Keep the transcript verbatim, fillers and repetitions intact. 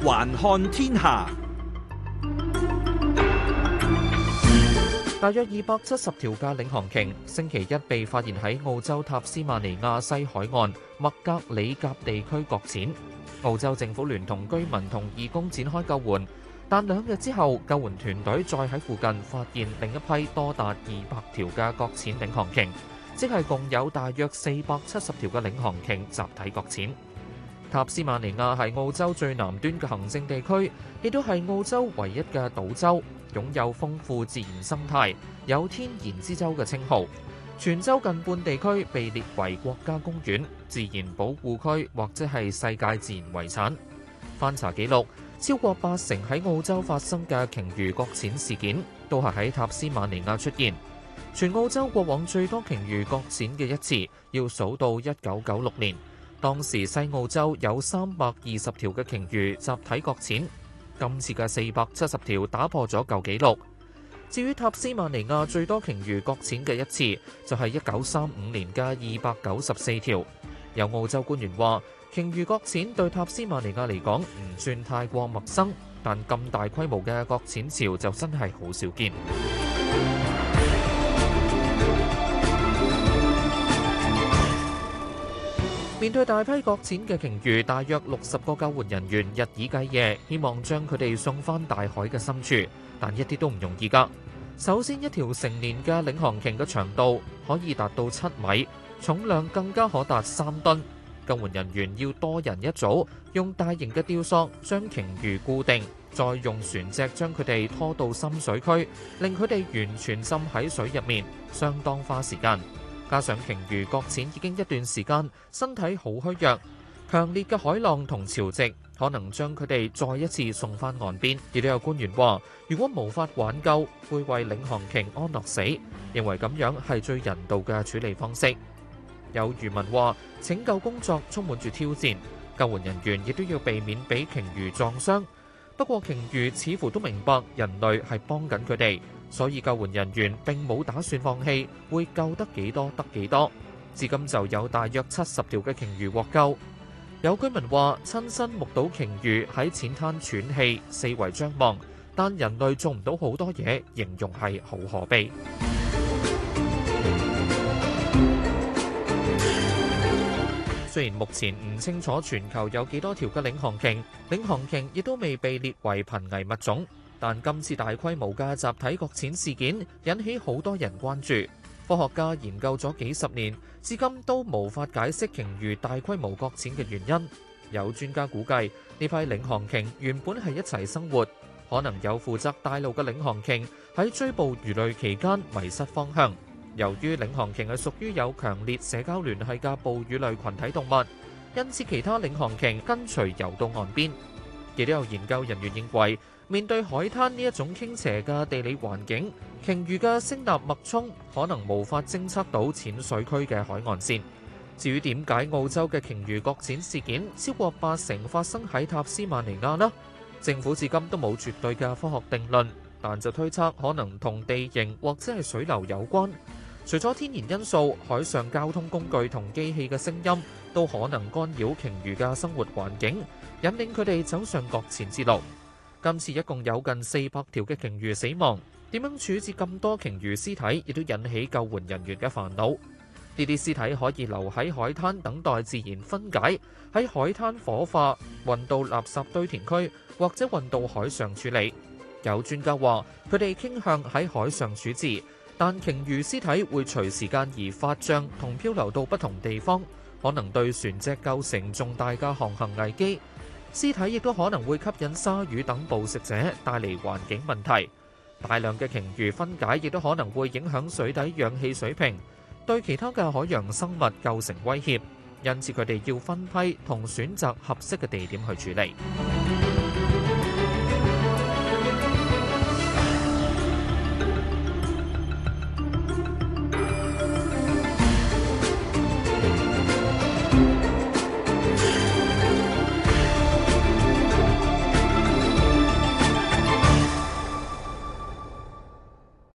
環看天下。 大約二百七十條嘅領航鯨，星期一被發現喺澳洲塔斯馬尼亞西海岸麥格里甲地區擱淺。澳洲政府聯同居民同義工展開救援，但兩日之後，救援團隊再喺附近發現另一批多達二百條嘅擱淺領航鯨，即係共有大約四百七十條嘅領航鯨集體擱淺。塔斯馬尼亞係澳洲最南端嘅行政地區，亦都係澳洲唯一嘅島州，擁有豐富自然生態，有天然之州嘅稱號。全州近半地區被列為國家公園、自然保護區或者係世界自然遺產。翻查記錄，超過八成喺澳洲發生嘅鯨魚擱淺事件，都係喺塔斯馬尼亞出現。全澳洲過往最多鯨魚擱淺嘅一次，要數到一九九六年。當時西澳洲有三百二十條嘅鯨魚集體擱淺，今次嘅四百七十條打破咗舊紀錄。至於塔斯馬尼亞最多鯨魚擱淺嘅一次，就係一九三五年嘅二百九十四條。有澳洲官員話，鯨魚擱淺對塔斯馬尼亞嚟講唔算太過陌生，但咁大規模嘅擱淺潮就真係好少見。面對大批擱淺嘅鯨魚，大約六十個救援人員日以繼夜，希望將佢哋送返大海嘅深處，但一啲都唔容易㗎。首先，一條成年嘅領航鯨嘅長度可以達到七米，重量更加可達三噸。救援人員要多人一組，用大型嘅吊索將鯨魚固定，再用船隻將佢哋拖到深水區，令佢哋完全浸喺水入面，相當花時間。加上鯨魚擱淺已經一段時間，身體好虛弱，強烈嘅海浪同潮汐可能將佢哋再一次送返岸邊。亦都有官員話，如果無法挽救，會為領航鯨安樂死，認為咁樣係最人道嘅處理方式。有漁民話，拯救工作充滿住挑戰，救援人員亦都要避免俾鯨魚撞傷。不過鯨魚似乎都明白人類係幫緊佢哋，所以救援人員並冇打算放棄，會救得幾多得幾多。至今就有大約七十條嘅鯨魚獲救。有居民話親身目睹鯨魚喺淺灘喘氣，四圍張望，但人類做唔到好多嘢，形容係好可悲。雖然目前唔清楚全球有幾多條嘅領航鯨，領航鯨亦都未被列為瀕危物種，但今次大規模嘅集體擱淺事件引起好多人關注。科學家研究咗幾十年，至今都無法解釋鯨魚大規模擱淺嘅原因。有專家估計，呢批領航鯨原本係一齊生活，可能有負責帶路嘅領航鯨喺追捕魚類期間迷失方向。由於領航鯨係屬於有強烈社交聯繫嘅哺乳類群體動物，因此其他領航鯨跟隨游到岸邊。亦都有研究人員認為，面對海灘呢一種傾斜嘅地理環境，鯨魚嘅聲納脈衝可能無法偵測到淺水區嘅海岸線。至於點解澳洲嘅鯨魚擱淺事件超過八成發生喺塔斯馬尼亞呢？政府至今都冇絕對嘅科學定論，但就推測可能同地形或者係水流有關。除咗天然因素，海上交通工具同機器嘅聲音都可能干擾鯨魚嘅生活環境，引領佢哋走上擱淺之路。今次一共有近四百條嘅鯨魚死亡，點樣處置咁多鯨魚屍體，亦都引起救援人員嘅煩惱。呢啲屍體可以留喺海灘等待自然分解，喺海灘火化，運到垃圾堆填區，或者運到海上處理。有專家話，佢哋傾向喺海上處置。但鯨魚屍體會隨時間而發脹同漂流到不同地方，可能對船隻構成重大嘅航行危機。屍體亦都可能會吸引鯊魚等捕食者，帶嚟環境問題。大量嘅鯨魚分解亦都可能會影響水底氧氣水平，對其他嘅海洋生物構成威脅。因此佢哋要分批同選擇合適嘅地點去處理。